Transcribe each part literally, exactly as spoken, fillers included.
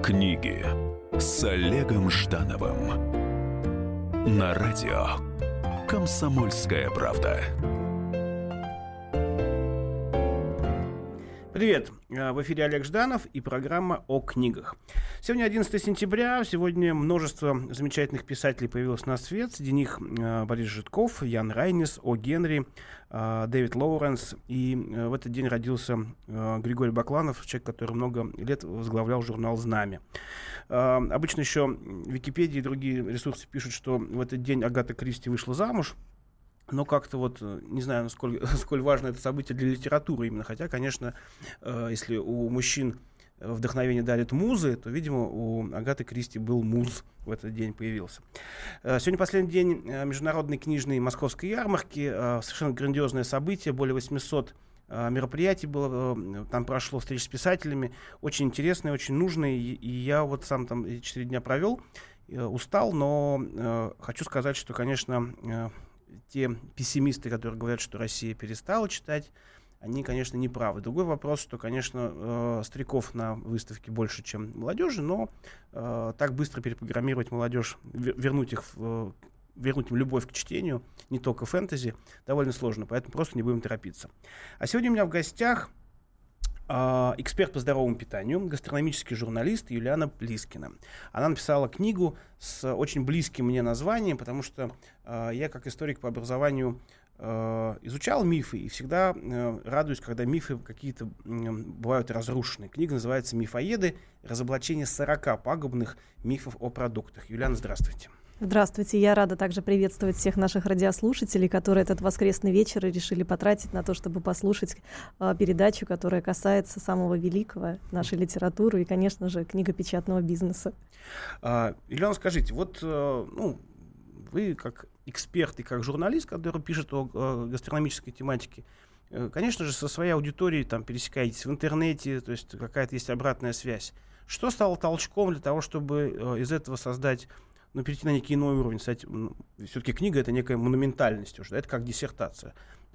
Книги с Олегом Ждановым на радио «Комсомольская правда». Привет, в эфире Олег Жданов и программа о книгах. Сегодня одиннадцатое сентября, сегодня множество замечательных писателей появилось на свет. Среди них Борис Житков, Ян Райнис, О. Генри, Дэвид Лоуренс. И в этот день родился Григорий Бакланов, человек, который много лет возглавлял журнал «Знамя». Обычно еще Википедия и другие ресурсы пишут, что в этот день Агата Кристи вышла замуж. Но как-то вот, не знаю, насколько, сколь важно это событие для литературы именно. Хотя, конечно, э, если у мужчин вдохновение дарит музы, то, видимо, у Агаты Кристи был муз в этот день появился. Э, сегодня последний день Международной книжной Московской ярмарки. Э, совершенно грандиозное событие. Более восемьсот э, мероприятий было, э, там прошло, встречи с писателями. Очень интересные, очень нужные. И, и я вот сам там эти четыре дня провел. Э, устал, но э, хочу сказать, что, конечно... Э, те пессимисты, которые говорят, что Россия перестала читать, они, конечно, не правы. Другой вопрос, что, конечно, э, стариков на выставке больше, чем молодежи, но э, так быстро перепрограммировать молодежь, вернуть их, в, вернуть им любовь к чтению, не только фэнтези, довольно сложно, поэтому просто не будем торопиться. А сегодня у меня в гостях Uh, эксперт по здоровому питанию, гастрономический журналист Юлиана Плискина. Она написала книгу с очень близким мне названием, потому что uh, я, как историк по образованию, uh, изучал мифы и всегда uh, радуюсь, когда мифы какие-то uh, бывают разрушены. Книга называется «Мифоеды. Разоблачение сорока пагубных мифов о продуктах». Юлиана, здравствуйте. Здравствуйте, я рада также приветствовать всех наших радиослушателей, которые этот воскресный вечер решили потратить на то, чтобы послушать э, передачу, которая касается самого великого нашей литературы и, конечно же, книгопечатного бизнеса. А, Юлиана, скажите, вот э, ну, вы как эксперт и как журналист, который пишет о, о гастрономической тематике, э, конечно же, со своей аудиторией там пересекаетесь в интернете, то есть какая-то есть обратная связь. Что стало толчком для того, чтобы э, из этого создать, ну, перейти на некий иной уровень? Кстати, ну, все-таки книга — это некая монументальность уже, это как диссертация.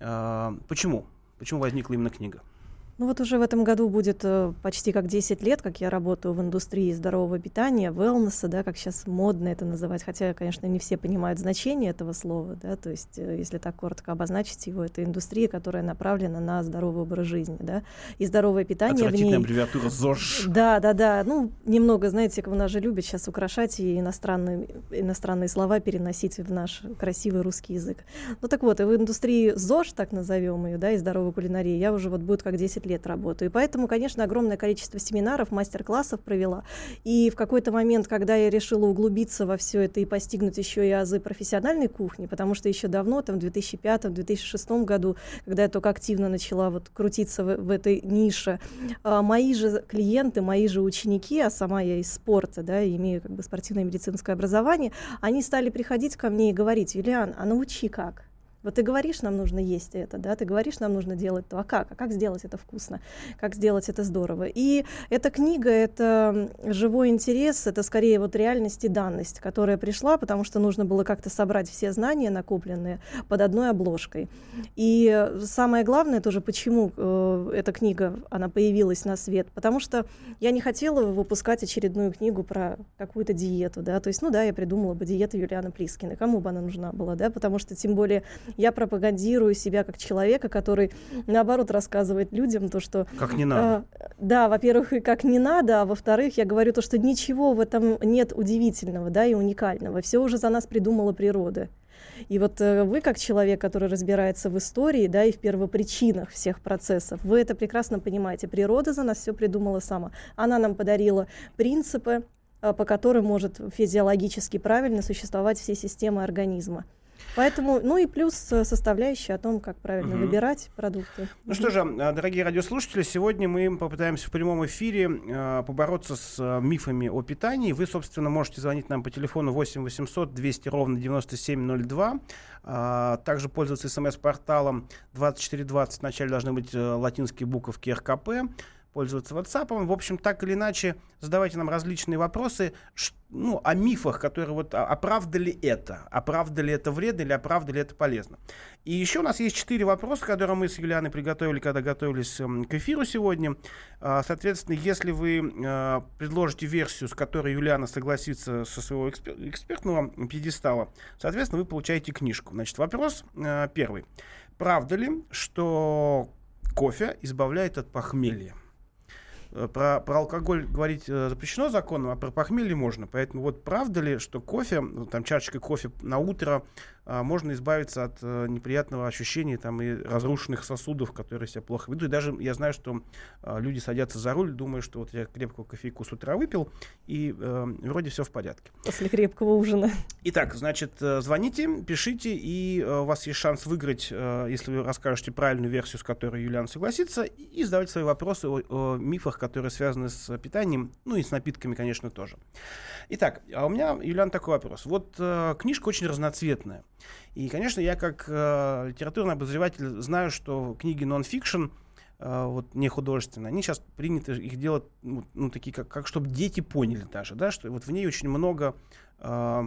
А, почему? Почему возникла именно книга? Ну вот уже в этом году будет э, почти как десять лет, как я работаю в индустрии здорового питания, wellness, да, как сейчас модно это называть, хотя, конечно, не все понимают значение этого слова, да, то есть, э, если так коротко обозначить его, это индустрия, которая направлена на здоровый образ жизни, да, и здоровое питание в ней... Отвратительная аббревиатура ЗОЖ. Да, да, да, ну, немного, знаете, у нас же любят сейчас украшать и иностранные, иностранные слова переносить в наш красивый русский язык. Ну так вот, и в индустрии ЗОЖ, так назовем ее, да, и здоровой кулинарии, я уже вот будет как десять лет работаю. И поэтому, конечно, огромное количество семинаров, мастер-классов провела. И в какой-то момент, когда я решила углубиться во все это и постигнуть еще и азы профессиональной кухни, потому что еще давно, там, в две тысячи пятом - две тысячи шестом году, когда я только активно начала вот крутиться в, в этой нише, а, мои же клиенты, мои же ученики, а сама я из спорта, да, имею как бы спортивное медицинское образование, они стали приходить ко мне и говорить: Юлиан, а научи как? Вот ты говоришь, нам нужно есть это, да, ты говоришь, нам нужно делать то, а как? А как сделать это вкусно? Как сделать это здорово? И эта книга — это живой интерес, это скорее вот реальность и данность, которая пришла, потому что нужно было как-то собрать все знания, накопленные, под одной обложкой. И самое главное тоже, почему э, эта книга, она появилась на свет, потому что я не хотела выпускать очередную книгу про какую-то диету, да, то есть, ну да, я придумала бы диету Юлианы Плискиной, кому бы она нужна была, да, потому что, тем более, я пропагандирую себя как человека, который, наоборот, рассказывает людям то, что... Как не надо. Э, да, во-первых, и как не надо, а во-вторых, я говорю то, что ничего в этом нет удивительного, да, и уникального. Все уже за нас придумала природа. И вот э, вы, как человек, который разбирается в истории, да, и в первопричинах всех процессов, вы это прекрасно понимаете. Природа за нас все придумала сама. Она нам подарила принципы, э, по которым может физиологически правильно существовать все системы организма. Поэтому, ну и плюс составляющая о том, как правильно угу. выбирать продукты. Ну что же, дорогие радиослушатели, сегодня мы попытаемся в прямом эфире э, побороться с э, мифами о питании. Вы, собственно, можете звонить нам по телефону восемь восемьсот двести ровно девяносто семь ноль два. Э, также пользоваться смс-порталом двадцать четыре двадцать. В начале должны быть э, латинские буковки эр ка пэ. пользоваться WhatsApp. В общем, так или иначе, задавайте нам различные вопросы, ну, о мифах, которые вот, а, а правда ли это? А правда ли это вредно или а правда ли это полезно? И еще у нас есть четыре вопроса, которые мы с Юлианой приготовили, когда готовились к эфиру сегодня. Соответственно, если вы предложите версию, с которой Юлиана согласится со своего экспер- экспертного пьедестала, соответственно, вы получаете книжку. Значит, вопрос первый. Правда ли, что кофе избавляет от похмелья? Про, про алкоголь говорить э, запрещено законом, а про похмелье можно. Поэтому вот правда ли, что кофе, ну, там чашечкой кофе на утро э, можно избавиться от э, неприятного ощущения там, и разрушенных сосудов, которые себя плохо ведут. И даже я знаю, что э, люди садятся за руль, думая, что вот я крепкого кофейку с утра выпил, и э, вроде все в порядке. После крепкого ужина. Итак, значит, э, звоните, пишите, и э, у вас есть шанс выиграть, э, если вы расскажете правильную версию, с которой Юлиана согласится, и задавайте свои вопросы о, о мифах, которые связаны с питанием, ну и с напитками, конечно, тоже. Итак, а у меня, Юлиан, такой вопрос. Вот э, книжка очень разноцветная. И, конечно, я как э, литературный обозреватель знаю, что книги нон-фикшн, э, вот не художественные, они сейчас принято их делать, ну, ну такие, как, как чтобы дети поняли даже, да, что вот в ней очень много э,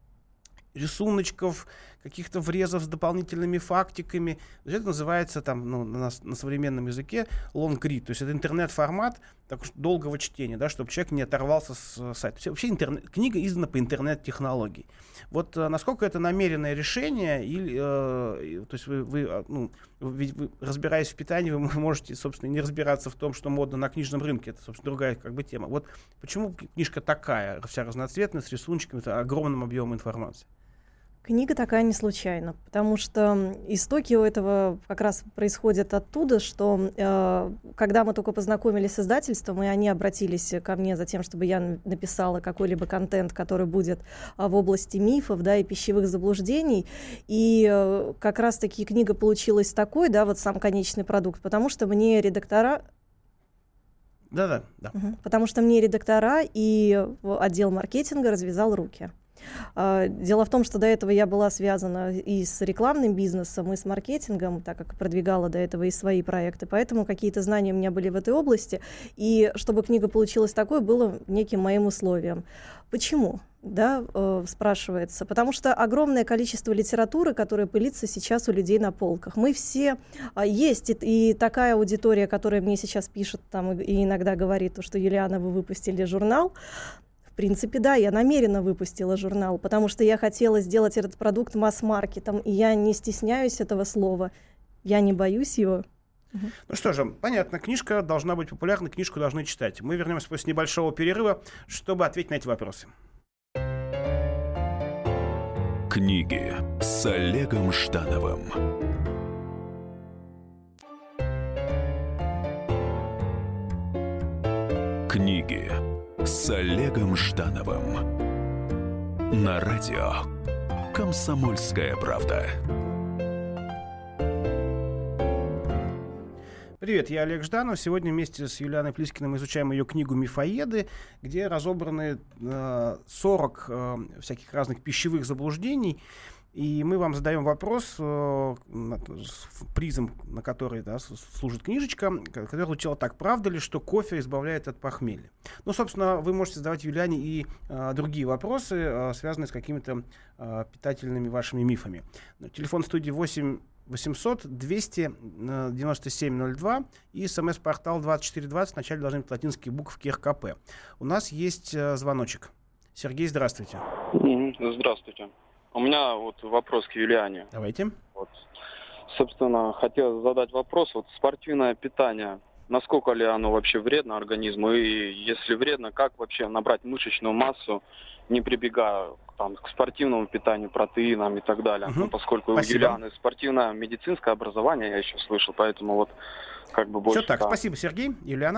рисуночков, каких-то врезов с дополнительными фактиками. Это называется там, ну, на, на современном языке long read, то есть это интернет-формат так, долгого чтения, да, чтобы человек не оторвался с сайта. Вообще интернет, книга издана по интернет-технологии. Вот а, насколько это намеренное решение, или, э, то есть вы, вы, ну, вы, вы, разбираясь в питании, вы можете, собственно, не разбираться в том, что модно на книжном рынке. Это, собственно, другая как бы тема. Вот почему книжка такая, вся разноцветная, с рисуночками, с огромным объемом информации? Книга такая не случайно, потому что истоки у этого как раз происходят оттуда, что э, когда мы только познакомились с издательством, и они обратились ко мне за тем, чтобы я написала какой-либо контент, который будет э, в области мифов, да, и пищевых заблуждений, и э, как раз-таки книга получилась такой, да, вот сам конечный продукт, потому что мне редактора... Да-да, да. Угу. Потому что мне редактора и отдел маркетинга развязал руки. Дело в том, что до этого я была связана и с рекламным бизнесом, и с маркетингом, так как продвигала до этого и свои проекты, поэтому какие-то знания у меня были в этой области, и чтобы книга получилась такой, было неким моим условием. Почему? Да, э, спрашивается. Потому что огромное количество литературы, которая пылится сейчас у людей на полках. Мы все... Э, есть и, и такая аудитория, которая мне сейчас пишет там, и, и иногда говорит, что Юлиана, вы выпустили журнал. В принципе, да, я намеренно выпустила журнал, потому что я хотела сделать этот продукт масс-маркетом, и я не стесняюсь этого слова, я не боюсь его. Ну что же, понятно, книжка должна быть популярна, книжку должны читать. Мы вернемся после небольшого перерыва, чтобы ответить на эти вопросы. Книги с Олегом Ждановым. Книги с Олегом Ждановым на радио «Комсомольская правда». Привет, я Олег Жданов. Сегодня вместе с Юлианой Плискиной мы изучаем ее книгу «Мифоеды», где разобраны э, сорок э, всяких разных пищевых заблуждений. И мы вам задаем вопрос, э, с призом, на который, да, служит книжечка, которая звучала так: правда ли, что кофе избавляет от похмелья? Ну, собственно, вы можете задавать Юлиане и э, другие вопросы, э, связанные с какими-то э, питательными вашими мифами. Телефон студии восемь восемьсот двести девяносто семь ноль два и смс-портал двадцать четыре двадцать. Вначале должны быть латинские буквы эр ка пэ. У нас есть э, звоночек. Сергей, здравствуйте. Здравствуйте. У меня вот вопрос к Юлиане. Давайте. Вот. Собственно, хотел задать вопрос. Вот спортивное питание, насколько ли оно вообще вредно организму? И если вредно, как вообще набрать мышечную массу, не прибегая там, к спортивному питанию, протеинам и так далее? Угу. Ну, поскольку Спасибо. у Юлианы спортивное медицинское образование, я еще слышал, поэтому вот как бы больше... Все так, да. спасибо, Сергей. Юлиана?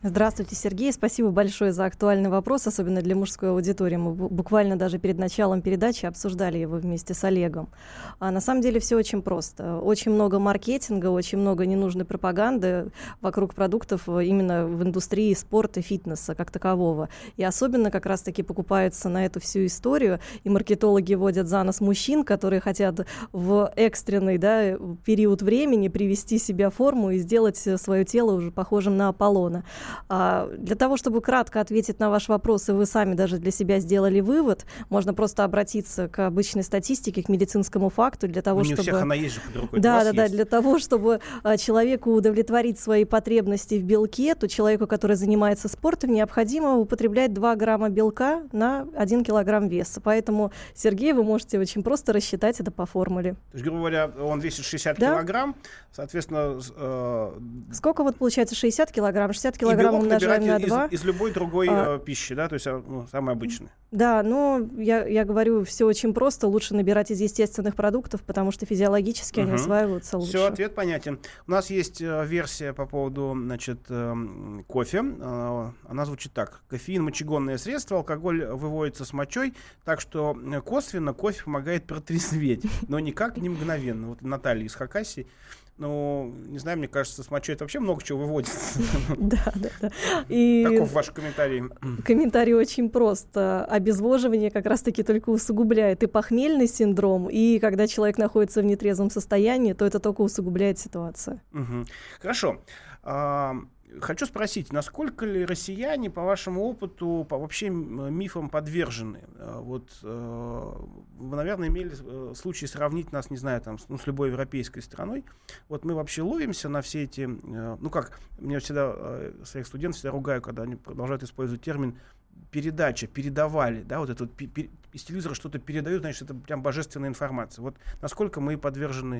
Здравствуйте, Сергей. Спасибо большое за актуальный вопрос, особенно для мужской аудитории. Мы буквально даже перед началом передачи обсуждали его вместе с Олегом. А на самом деле все очень просто. Очень много маркетинга, очень много ненужной пропаганды вокруг продуктов именно в индустрии спорта, фитнеса как такового. И особенно как раз-таки покупаются на эту всю историю, и маркетологи водят за нос мужчин, которые хотят в экстренный, да, период времени привести себя в форму и сделать свое тело уже похожим на Аполлона. А для того, чтобы кратко ответить на ваш вопрос, и вы сами даже для себя сделали вывод, можно просто обратиться к обычной статистике, к медицинскому факту, для того, ну, не чтобы... у всех она есть же под рукой. Да, да, да, для того, чтобы а, человеку удовлетворить свои потребности в белке, то человеку, который занимается спортом, необходимо употреблять два грамма белка на один килограмм веса. Поэтому, Сергей, вы можете очень просто рассчитать это по формуле. То есть, грубо говоря, он весит шестьдесят да? килограмм, соответственно... Э... Сколько вот получается шестьдесят килограмм? шестьдесят килограмм умножаем на два. Из, из любой другой а, э, пищи, да, то есть ну, самый обычный. Да, но я, я говорю, все очень просто. Лучше набирать из естественных продуктов, потому что физиологически угу. они усваиваются лучше. Все, ответ понятен. У нас есть э, версия по поводу, значит, э, кофе. Э, она звучит так. Кофеин — мочегонное средство, алкоголь выводится с мочой, так что косвенно кофе помогает протрезветь, но никак не мгновенно. Вот Наталья из Хакасии. Ну, не знаю, мне кажется, с мочой это вообще много чего выводится. Да, да, да. И каков ваш комментарий? Комментарий очень прост. Обезвоживание как раз-таки только усугубляет и похмельный синдром, и когда человек находится в нетрезвом состоянии, то это только усугубляет ситуацию. Угу. Хорошо. А, хочу спросить, насколько ли россияне, по вашему опыту, по вообще мифам подвержены? Вот, вы, наверное, имели случай сравнить нас, не знаю, там, ну, с любой европейской страной. Вот мы вообще ловимся на все эти... Ну как, меня всегда, своих студентов всегда ругаю, когда они продолжают использовать термин передача, передавали, да, вот это вот пи- из телевизора что-то передают, значит, это прям божественная информация. Вот насколько мы подвержены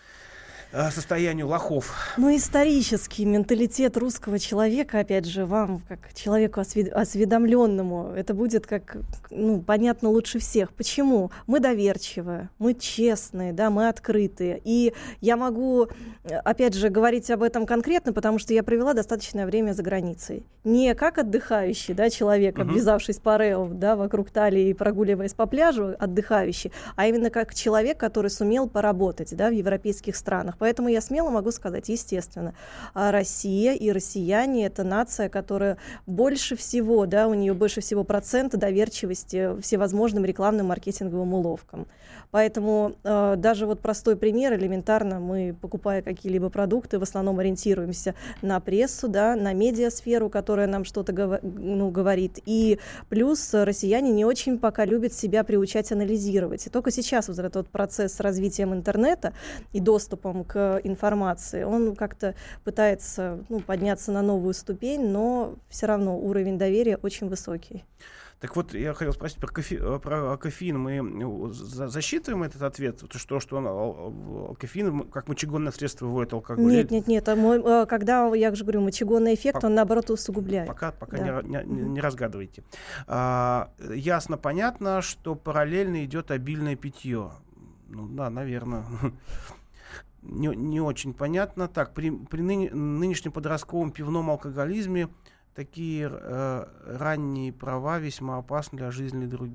состоянию лохов. Ну, исторический менталитет русского человека, опять же, вам, как человеку освед... осведомленному, это будет как, ну, понятно лучше всех. Почему? Мы доверчивые, мы честные, да, мы открытые. И я могу, опять же, говорить об этом конкретно, потому что я провела достаточное время за границей. Не как отдыхающий, да, человек, uh-huh. обвязавшись парео, да, вокруг талии и прогуливаясь по пляжу, отдыхающий, а именно как человек, который сумел поработать, да, в европейских странах. Поэтому я смело могу сказать, естественно, Россия и россияне — это нация, которая больше всего, да, у нее больше всего процента доверчивости всевозможным рекламным маркетинговым уловкам. Поэтому э, даже вот простой пример, элементарно, мы, покупая какие-либо продукты, в основном ориентируемся на прессу, да, на медиасферу, которая нам что-то гов- ну, говорит. И плюс россияне не очень пока любят себя приучать анализировать. И только сейчас вот этот вот процесс с развитием интернета и доступом к информации, он как-то пытается, ну, подняться на новую ступень, но все равно уровень доверия очень высокий. Так вот, я хотел спросить про, кофе, про кофеин. Мы засчитываем этот ответ? Что, что он, кофеин как мочегонное средство выводит алкоголь? Нет, нет, нет. А мой, когда, я же говорю, мочегонный эффект, По, он, наоборот, усугубляет. Пока, пока да. не, не, не разгадывайте. А, ясно, понятно, что параллельно идет обильное питье. Ну да, наверное. Не, не очень понятно. Так, при, при ныне, нынешнем подростковом пивном алкоголизме такие э, ранние права весьма опасны для жизни других.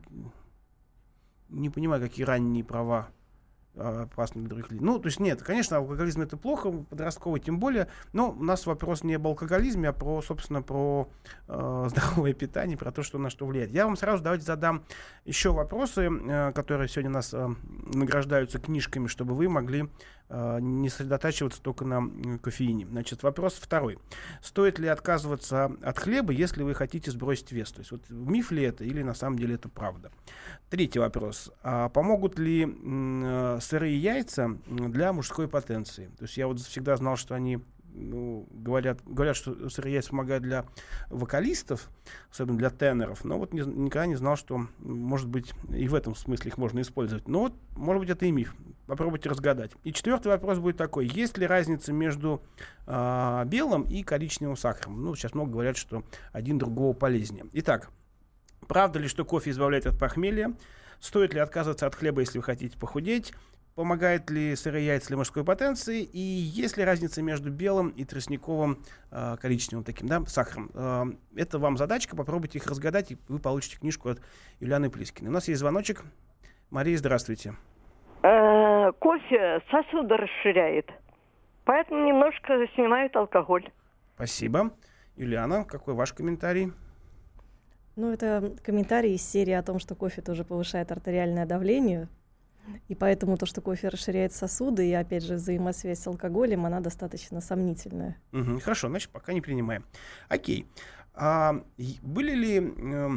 Не понимаю, какие ранние права э, опасны для других людей. Ну, то есть нет, конечно, алкоголизм — это плохо, подростковый тем более, но у нас вопрос не об алкоголизме, а про, собственно, про э, здоровое питание, про то, что на что влияет. Я вам сразу давайте задам еще вопросы, э, которые сегодня у нас э, награждаются книжками, чтобы вы могли не сосредотачиваться только на кофеине. Значит, вопрос второй. Стоит ли отказываться от хлеба, если вы хотите сбросить вес? То есть вот миф ли это или на самом деле это правда? Третий вопрос. А помогут ли м, сырые яйца для мужской потенции? То есть я вот всегда знал, что они ну, говорят, говорят, что сырые яйца помогают для вокалистов, особенно для теноров, но вот не, никогда не знал, что, может быть, и в этом смысле их можно использовать. Но вот, может быть, это и миф. Попробуйте разгадать. И четвертый вопрос будет такой. Есть ли разница между э, белым и коричневым сахаром? Ну, сейчас много говорят, что один другого полезнее. Итак, правда ли, что кофе избавляет от похмелья? Стоит ли отказываться от хлеба, если вы хотите похудеть? помогает ли сырые яйца для мужской потенции, и есть ли разница между белым и тростниковым э, коричневым таким, да, сахаром. Э, это вам задачка, попробуйте их разгадать, и вы получите книжку от Юлианы Плискиной. У нас есть звоночек. Мария, здравствуйте. Э, кофе сосуды расширяет, поэтому немножко снимает алкоголь. Спасибо. Юлиана, какой ваш комментарий? Ну, это комментарий из серии о том, что кофе тоже повышает артериальное давление. И поэтому то, что кофе расширяет сосуды, и, опять же, взаимосвязь с алкоголем, она достаточно сомнительная. Угу, хорошо, значит, пока не принимаем. Окей. А были ли э,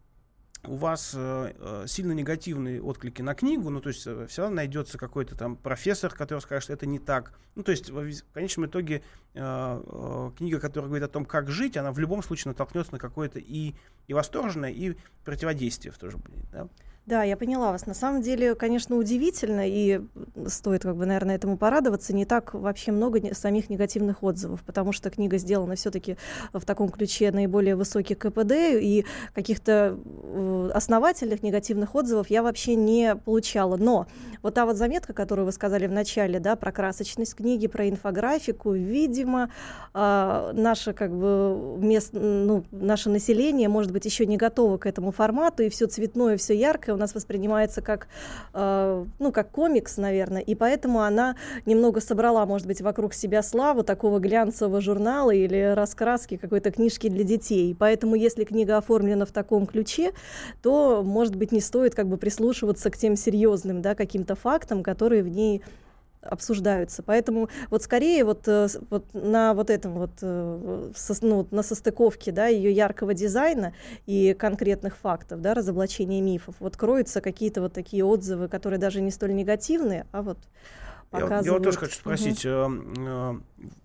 у вас э, сильно негативные отклики на книгу? Ну, то есть э, все равно найдется какой-то там профессор, который скажет, что это не так. Ну, то есть в, в конечном итоге э, э, книга, которая говорит о том, как жить, она в любом случае натолкнется на какое-то и, и восторженное, и противодействие в то же время, да? Да, я поняла вас. На самом деле, конечно, удивительно, и стоит, как бы, наверное, этому порадоваться. Не так вообще много не, самих негативных отзывов, потому что книга сделана все-таки в таком ключе наиболее высокий ка пэ дэ, и каких-то э, основательных негативных отзывов я вообще не получала. Но вот та вот заметка, которую вы сказали в начале, да, про красочность книги, про инфографику, видимо, э, наше, как бы, мест, ну, наше население, может быть, еще не готово к этому формату, и все цветное, все яркое у нас воспринимается как, э, ну, как комикс, наверное, и поэтому она немного собрала, может быть, вокруг себя славу такого глянцевого журнала или раскраски какой-то книжки для детей. И поэтому, если книга оформлена в таком ключе, то, может быть, не стоит как бы прислушиваться к тем серьезным, да, каким-то фактам, которые в ней обсуждаются. Поэтому вот скорее вот, вот на вот этом вот, со, ну, на состыковке, да, ее яркого дизайна и конкретных фактов, да, разоблачения мифов, вот кроются какие-то вот такие отзывы, которые даже не столь негативные, а вот показывают... Я, я вот тоже хочу спросить. Угу.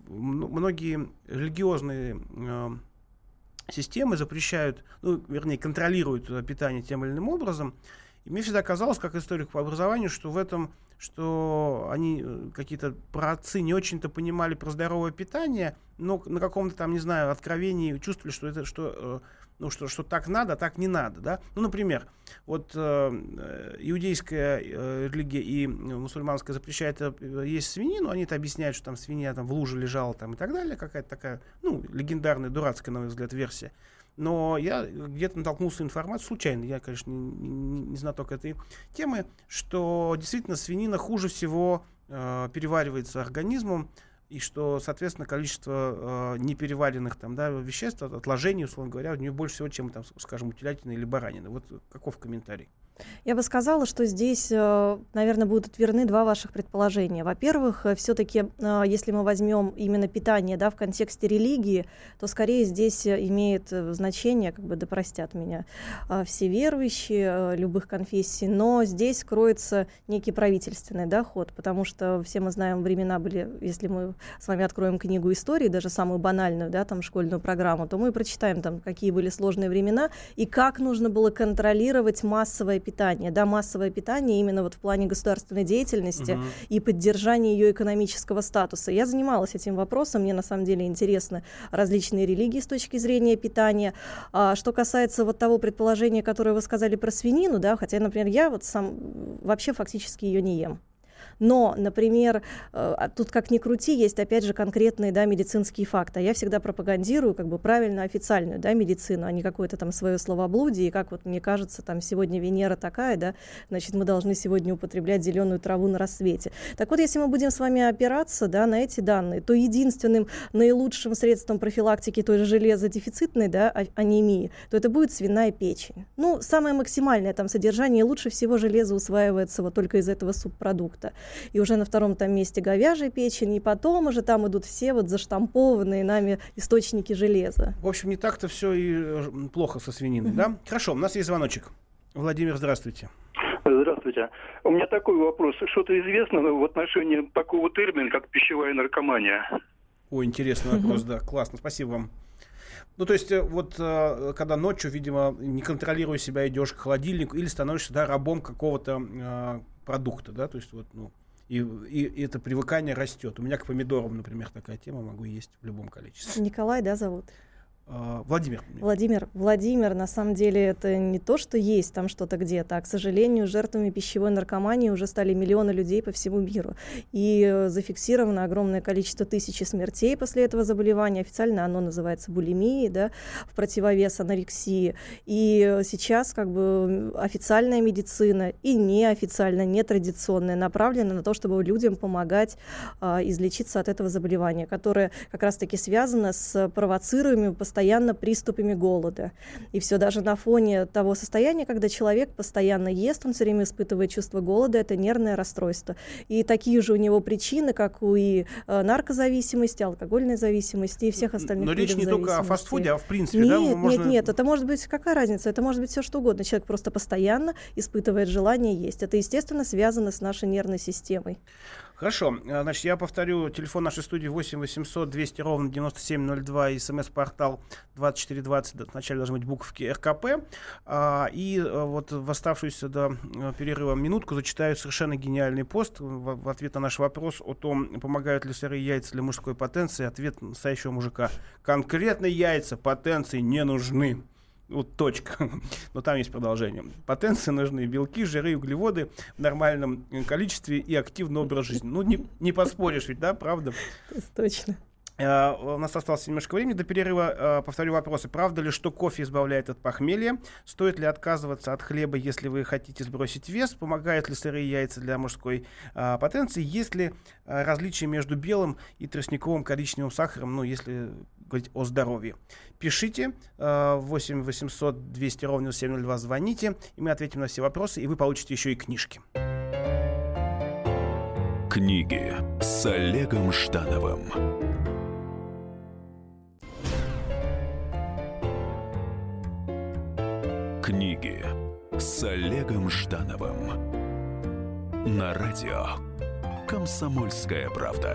Многие религиозные системы запрещают, ну, вернее, контролируют питание тем или иным образом. И мне всегда казалось, как историку по образованию, что в этом, что они, какие-то праотцы, не очень-то понимали про здоровое питание, но на каком-то там, не знаю, откровении чувствовали, что это, что, ну, что, что так надо, а так не надо, да. Ну, например, вот э, иудейская э, религия и мусульманская запрещают есть свинину, они это объясняют, что там свинья там в луже лежала там и так далее, какая-то такая, ну, легендарная, дурацкая, на мой взгляд, версия. Но я где-то натолкнулся информацию, случайно, я, конечно, не, не, не знаток этой темы, что действительно свинина хуже всего э, переваривается организмом, и что, соответственно, количество э, непереваренных там, да, веществ, отложений, условно говоря, у нее больше всего, чем, там, скажем, у телятины или баранины. Вот каков комментарий? Я бы сказала, что здесь, наверное, будут верны два ваших предположения. Во-первых, все-таки, если мы возьмем именно питание, да, в контексте религии, то скорее здесь имеет значение, как бы, да простят меня все верующие любых конфессий, но здесь кроется некий правительственный, да, ход, потому что все мы знаем, времена были, если мы с вами откроем книгу истории, даже самую банальную, да, там, школьную программу, то мы прочитаем, там, какие были сложные времена и как нужно было контролировать массовое питание. Питание, да, массовое питание именно вот в плане государственной деятельности uh-huh. и поддержания ее экономического статуса. Я занималась этим вопросом, мне на самом деле интересны различные религии с точки зрения питания. А, что касается вот того предположения, которое вы сказали про свинину, да, хотя, например, я вот сам вообще фактически ее не ем. Но, например, тут как ни крути, есть опять же конкретные, да, медицинские факты. Я всегда пропагандирую как бы правильно официальную, да, медицину, а не какое-то там свое словоблудие. И как вот мне кажется, там сегодня Венера такая, да, значит, мы должны сегодня употреблять зеленую траву на рассвете. Так вот, если мы будем с вами опираться, да, на эти данные, то единственным наилучшим средством профилактики той же железодефицитной, да, анемии, то это будет свиная печень. Ну, самое максимальное там содержание, лучше всего железо усваивается вот только из этого субпродукта. И уже на втором там месте говяжья печень, и потом уже там идут все вот заштампованные нами источники железа. В общем, не так-то все и плохо со свининой, mm-hmm. да? Хорошо, у нас есть звоночек. Владимир, здравствуйте. Здравствуйте. У меня такой вопрос. Что-то известно в отношении такого термина, как пищевая наркомания? Ой, интересный вопрос, да. Классно, спасибо вам. Ну, то есть, вот, когда ночью, видимо, не контролируя себя, идешь к холодильнику или становишься, да, рабом какого-то э, продукта, да, то есть, вот, ну, и, и, и это привыкание растет. У меня к помидорам, например, такая тема, могу есть в любом количестве. Николай, да, зовут? Владимир. Владимир, Владимир, на самом деле это не то, что есть там что-то где-то, а, к сожалению, жертвами пищевой наркомании уже стали миллионы людей по всему миру. И зафиксировано огромное количество тысяч смертей после этого заболевания. Официально оно называется булимией, да, в противовес анорексии. И сейчас как бы официальная медицина и неофициальная, нетрадиционная направлена на то, чтобы людям помогать а, излечиться от этого заболевания, которое как раз-таки связано с провоцируемыми постоянно постоянно приступами голода. И все даже на фоне того состояния, когда человек постоянно ест, он все время испытывает чувство голода, это нервное расстройство. И такие же у него причины, как у и наркозависимости, алкогольной зависимости и всех остальных Но видов речь не зависимости. только о фастфуде, а в принципе, нет, да? Нет, можно... нет, нет, это может быть, какая разница, это может быть все что угодно. Человек просто постоянно испытывает желание есть. Это, естественно, связано с нашей нервной системой. Хорошо, значит, я повторю, телефон нашей студии восемь восемьсот двести ровно девяносто семь ноль два, смс-портал двадцать четыре двадцать, вначале должны быть буковки эр ка пэ, и вот в оставшуюся до перерыва минутку зачитаю совершенно гениальный пост в ответ на наш вопрос о том, помогают ли сырые яйца для мужской потенции. Ответ настоящего мужика: конкретно яйца потенции не нужны. Вот точка. Но там есть продолжение. Потенции нужны белки, жиры, углеводы в нормальном количестве и активный образ жизни. Ну, не, не поспоришь ведь, да, правда? Точно. Uh, у нас осталось немножко времени до перерыва. Uh, повторю вопросы. Правда ли, что кофе избавляет от похмелья? Стоит ли отказываться от хлеба, если вы хотите сбросить вес? Помогают ли сырые яйца для мужской uh, потенции? Есть ли uh, различия между белым и тростниковым коричневым сахаром, ну, если говорить о здоровье? Пишите uh, восемь восемьсот двести ровно семь ноль два, звоните, и мы ответим на все вопросы, и вы получите еще и книжки. Книги с Олегом Ждановым. Книги с Олегом Ждановым на радио «Комсомольская правда».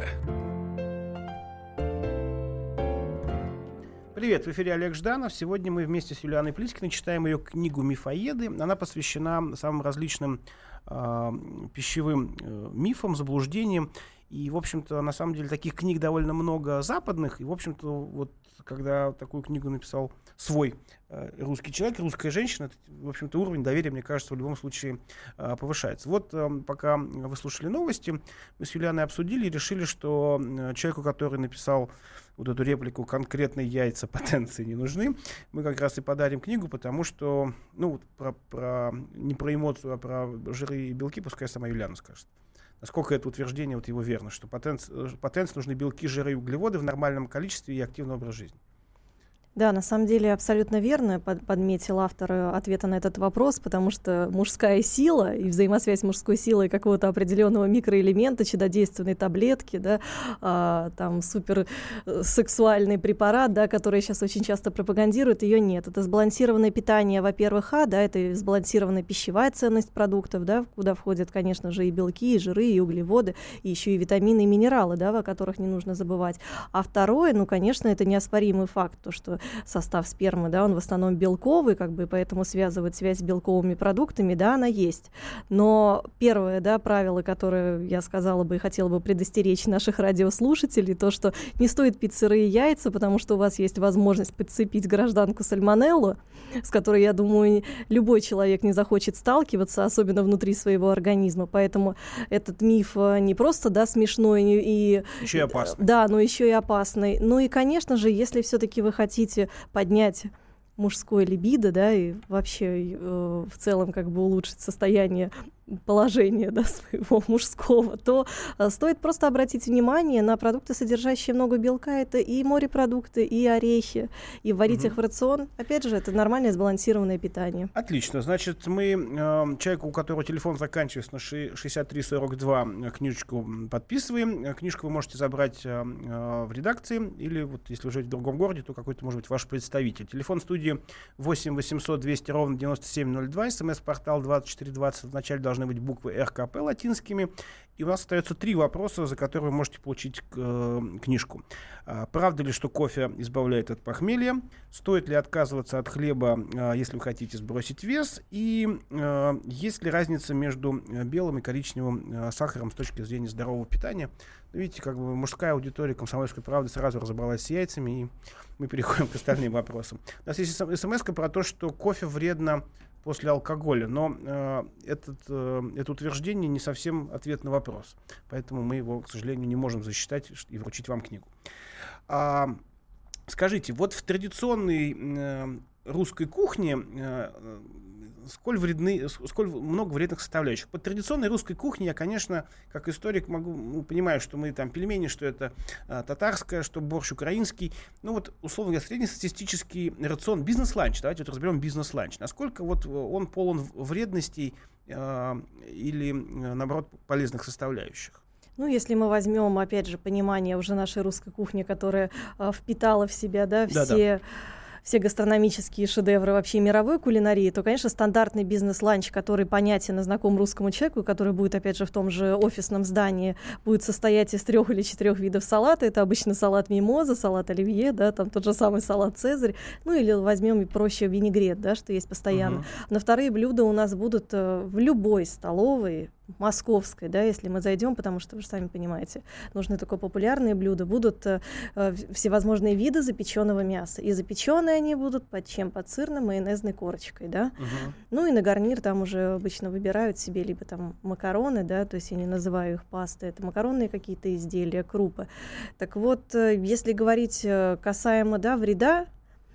Привет, в эфире Олег Жданов. Сегодня мы вместе с Юлианой Плискиной читаем ее книгу «Мифоеды». Она посвящена самым различным э, пищевым э, мифам, заблуждениям. И, в общем-то, на самом деле таких книг довольно много западных. И, в общем-то, вот когда такую книгу написал свой э, русский человек, русская женщина, это, в общем-то, уровень доверия, мне кажется, в любом случае э, повышается. Вот э, пока вы слушали новости, мы с Юлианой обсудили и решили, что э, человеку, который написал вот эту реплику «конкретные яйца потенции не нужны», мы как раз и подарим книгу, потому что, ну, вот про, про, не про эмоцию, а про жиры и белки, пускай сама Юлиана скажет. Насколько это утверждение вот его верно, что потенции, потенции нужны белки, жиры и углеводы в нормальном количестве и активный образ жизни. Да, на самом деле абсолютно верно под, подметил автор ответа на этот вопрос, потому что мужская сила и взаимосвязь мужской силы и какого-то определенного микроэлемента, чудодейственной таблетки, да, а, там суперсексуальный препарат, да, который сейчас очень часто пропагандируют, ее нет. Это сбалансированное питание, во-первых, а, да, это сбалансированная пищевая ценность продуктов, да, куда входят, конечно же, и белки, и жиры, и углеводы, и еще и витамины и минералы, да, о которых не нужно забывать. А второе, ну, конечно, это неоспоримый факт, то, что состав спермы, да, он в основном белковый, как бы, поэтому связывать связь с белковыми продуктами, да, она есть. Но первое, да, правило, которое я сказала бы и хотела бы предостеречь наших радиослушателей, то, что не стоит пить сырые яйца, потому что у вас есть возможность подцепить гражданку сальмонеллу, с которой, я думаю, любой человек не захочет сталкиваться, особенно внутри своего организма. Поэтому этот миф не просто, да, смешной и... Еще и опасный. Да, но еще и опасный. Ну и, конечно же, если все-таки вы хотите поднять мужское либидо, да, и вообще э, в целом как бы улучшить состояние положения, да, своего мужского, то э, стоит просто обратить внимание на продукты, содержащие много белка. Это и морепродукты, и орехи, и варить угу. их в рацион. Опять же, это нормальное сбалансированное питание. Отлично. Значит, мы э, человеку, у которого телефон заканчивается на шестьдесят три сорок два, книжечку подписываем. Книжку вы можете забрать э, в редакции, или вот если вы живете в другом городе, то какой-то, может быть, ваш представитель. Телефон студии восемь восемьсот двести ровно девяносто семь ноль два, смс-портал двадцать четыре двадцать, в начале должны быть буквы эр ка пэ латинскими, И у нас остается три вопроса, за которые вы можете получить э, книжку. А, правда ли, что кофе избавляет от похмелья? Стоит ли отказываться от хлеба, э, если вы хотите сбросить вес? И э, есть ли разница между белым и коричневым э, сахаром с точки зрения здорового питания? Ну, видите, как бы мужская аудитория «Комсомольской правды» сразу разобралась с яйцами, и мы переходим к остальным вопросам. У нас есть смс-ка про то, что кофе вредно после алкоголя, но э, этот, э, это утверждение не совсем ответ на вопрос, поэтому мы его, к сожалению, не можем засчитать и вручить вам книгу. А, скажите, вот в традиционной э, русской кухне э, сколь вредны, сколь много вредных составляющих. По традиционной русской кухне я, конечно, как историк могу, ну, понимаю, что мы там пельмени, что это а, татарское, что борщ украинский. Ну вот, условно говоря, среднестатистический рацион, бизнес-ланч, давайте вот разберем бизнес-ланч. Насколько вот он полон вредностей а, или, наоборот, полезных составляющих? Ну, если мы возьмем, опять же, понимание уже нашей русской кухни, которая а, впитала в себя, да, все... Да-да. все гастрономические шедевры вообще мировой кулинарии, то, конечно, стандартный бизнес-ланч, который понятен и знаком русскому человеку, который будет, опять же, в том же офисном здании, будет состоять из трех или четырех видов салата. Это обычно салат мимоза, салат оливье, да, там тот же самый салат цезарь, ну или возьмем и проще винегрет, да, что есть постоянно. Uh-huh. Но вторые блюда у нас будут э, в любой столовой, московской, да, если мы зайдем, потому что, вы же сами понимаете, нужны только популярные блюда, будут э, всевозможные виды запеченного мяса. И запеченные они будут под чем? Под сырно-майонезной корочкой, да. Uh-huh. Ну и на гарнир там уже обычно выбирают себе либо там макароны, да, то есть я не называю их пастой, это макаронные какие-то изделия, крупы. Так вот, э, если говорить э, касаемо, да, вреда,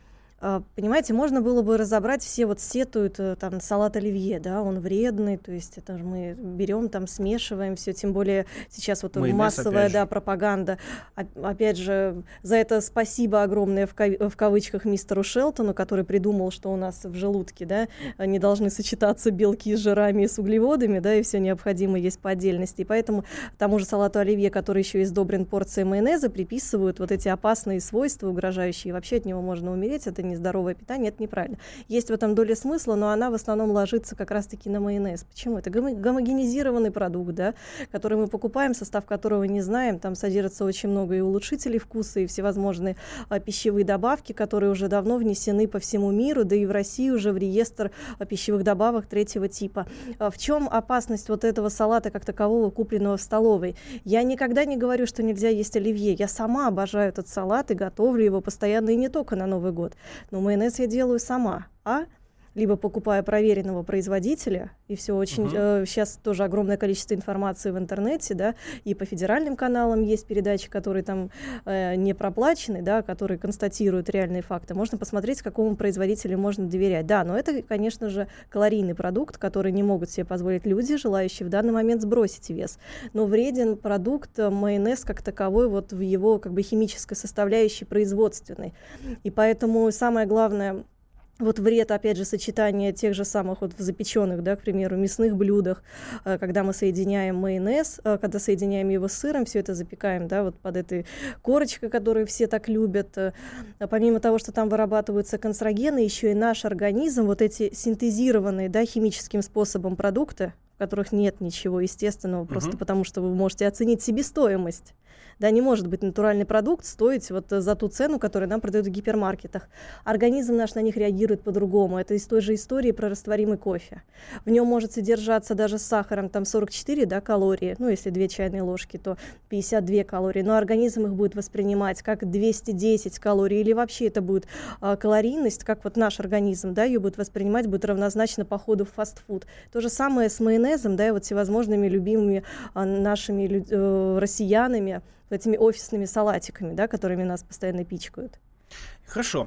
понимаете, можно было бы разобрать, все вот сетуют там салат оливье, да, он вредный, то есть это же мы берем там, смешиваем все, тем более сейчас вот майонез, массовая, да, пропаганда. Опять же, за это спасибо огромное в, кав- в кавычках мистеру Шелтону, который придумал, что у нас в желудке, да, не должны сочетаться белки с жирами и с углеводами, да, и все необходимое есть по отдельности. И поэтому тому же салату оливье, который еще издобрен порцией майонеза, приписывают вот эти опасные свойства, угрожающие. Вообще от него можно умереть, это нездоровое питание, это неправильно. Есть в этом доля смысла, но она в основном ложится как раз-таки на майонез. Почему? Это гомо- гомогенизированный продукт, да, который мы покупаем, состав которого не знаем. Там содержится очень много и улучшителей вкуса, и всевозможные а, пищевые добавки, которые уже давно внесены по всему миру, да и в России уже в реестр а, пищевых добавок третьего типа. А, в чем опасность вот этого салата как такового, купленного в столовой? Я никогда не говорю, что нельзя есть оливье. Я сама обожаю этот салат и готовлю его постоянно, и не только на Новый год. Но майонез я делаю сама, а либо покупая проверенного производителя, и все очень... Uh-huh. Э, сейчас тоже огромное количество информации в интернете, да, и по федеральным каналам есть передачи, которые там э, не проплачены, да, которые констатируют реальные факты. Можно посмотреть, какому производителю можно доверять. Да, но это, конечно же, калорийный продукт, который не могут себе позволить люди, желающие в данный момент сбросить вес. Но вреден продукт, майонез как таковой, вот в его как бы химической составляющей производственной. И поэтому самое главное... Вот вред, опять же, сочетания тех же самых вот в запеченных, да, к примеру, мясных блюдах, когда мы соединяем майонез, когда соединяем его с сыром, все это запекаем, да, вот под этой корочкой, которую все так любят. Помимо того, что там вырабатываются канцерогены, еще и наш организм, вот эти синтезированные, да, химическим способом продукты, в которых нет ничего естественного, просто uh-huh. потому что вы можете оценить себестоимость. Да, не может быть натуральный продукт стоить вот за ту цену, которую нам продают в гипермаркетах. Организм наш на них реагирует по-другому. Это из той же истории про растворимый кофе. В нем может содержаться даже с сахаром там сорок четыре, да, калории. Ну, если две чайные ложки, то пятьдесят две калории. Но организм их будет воспринимать как двести десять калорий. Или вообще это будет а, калорийность, как вот наш организм, да, ее будет воспринимать, будет равнозначно походу в фастфуд. То же самое с майонезом, да, и вот всевозможными любимыми а, нашими лю- э, россиянами, этими офисными салатиками, да, которыми нас постоянно пичкают. Хорошо.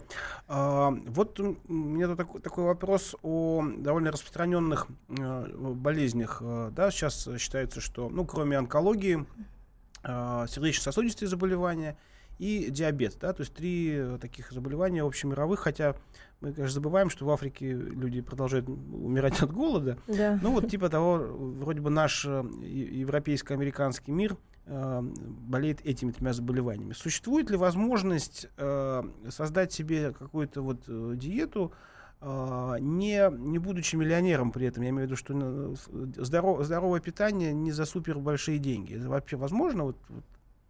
А, вот у меня тут такой, такой вопрос о довольно распространенных а, болезнях. А, да, сейчас считается, что, ну, кроме онкологии, а, сердечно-сосудистые заболевания и диабет, да, то есть три таких заболевания общемировых, хотя мы, конечно, забываем, что в Африке люди продолжают умирать от голода. Да. Ну, вот типа того, вроде бы наш европейско-американский мир болеет этими тремя заболеваниями. Существует ли возможность э, создать себе какую-то вот диету, не, не будучи миллионером при этом. Я имею в виду, что здоров, здоровое питание не за супер большие деньги. Это вообще возможно? Вот, вот.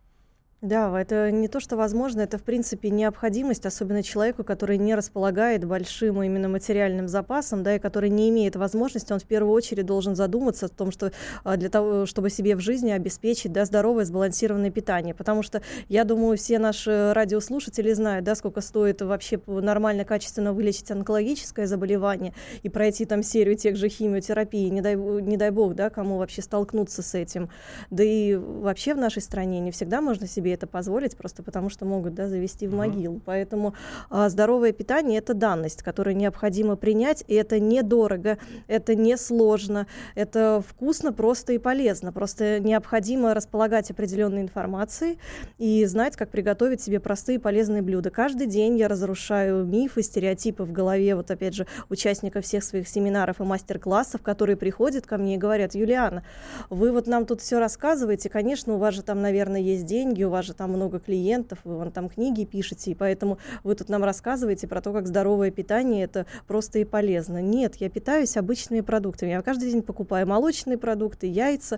Да, это не то, что возможно, это, в принципе, необходимость, особенно человеку, который не располагает большим именно материальным запасом, да, и который не имеет возможности, он в первую очередь должен задуматься о том, что для того, чтобы себе в жизни обеспечить, да, здоровое, сбалансированное питание. Потому что, я думаю, все наши радиослушатели знают, да, сколько стоит вообще нормально, качественно вылечить онкологическое заболевание и пройти там серию тех же химиотерапий, не дай, не дай бог, да, кому вообще столкнуться с этим. Да и вообще в нашей стране не всегда можно себе это позволить, просто потому что могут, да, завести в могилу. Mm-hmm. Поэтому а, здоровое питание — это данность, которую необходимо принять, и это недорого, это несложно, это вкусно, просто и полезно. Просто необходимо располагать определенной информацией и знать, как приготовить себе простые полезные блюда. Каждый день я разрушаю мифы, стереотипы в голове, вот опять же, участников всех своих семинаров и мастер-классов, которые приходят ко мне и говорят: Юлиана, вы вот нам тут все рассказываете, конечно, у вас же там, наверное, есть деньги, у вас же там много клиентов, вы вон там книги пишете, и поэтому вы тут нам рассказываете про то, как здоровое питание — это просто и полезно. Нет, я питаюсь обычными продуктами. Я каждый день покупаю молочные продукты, яйца,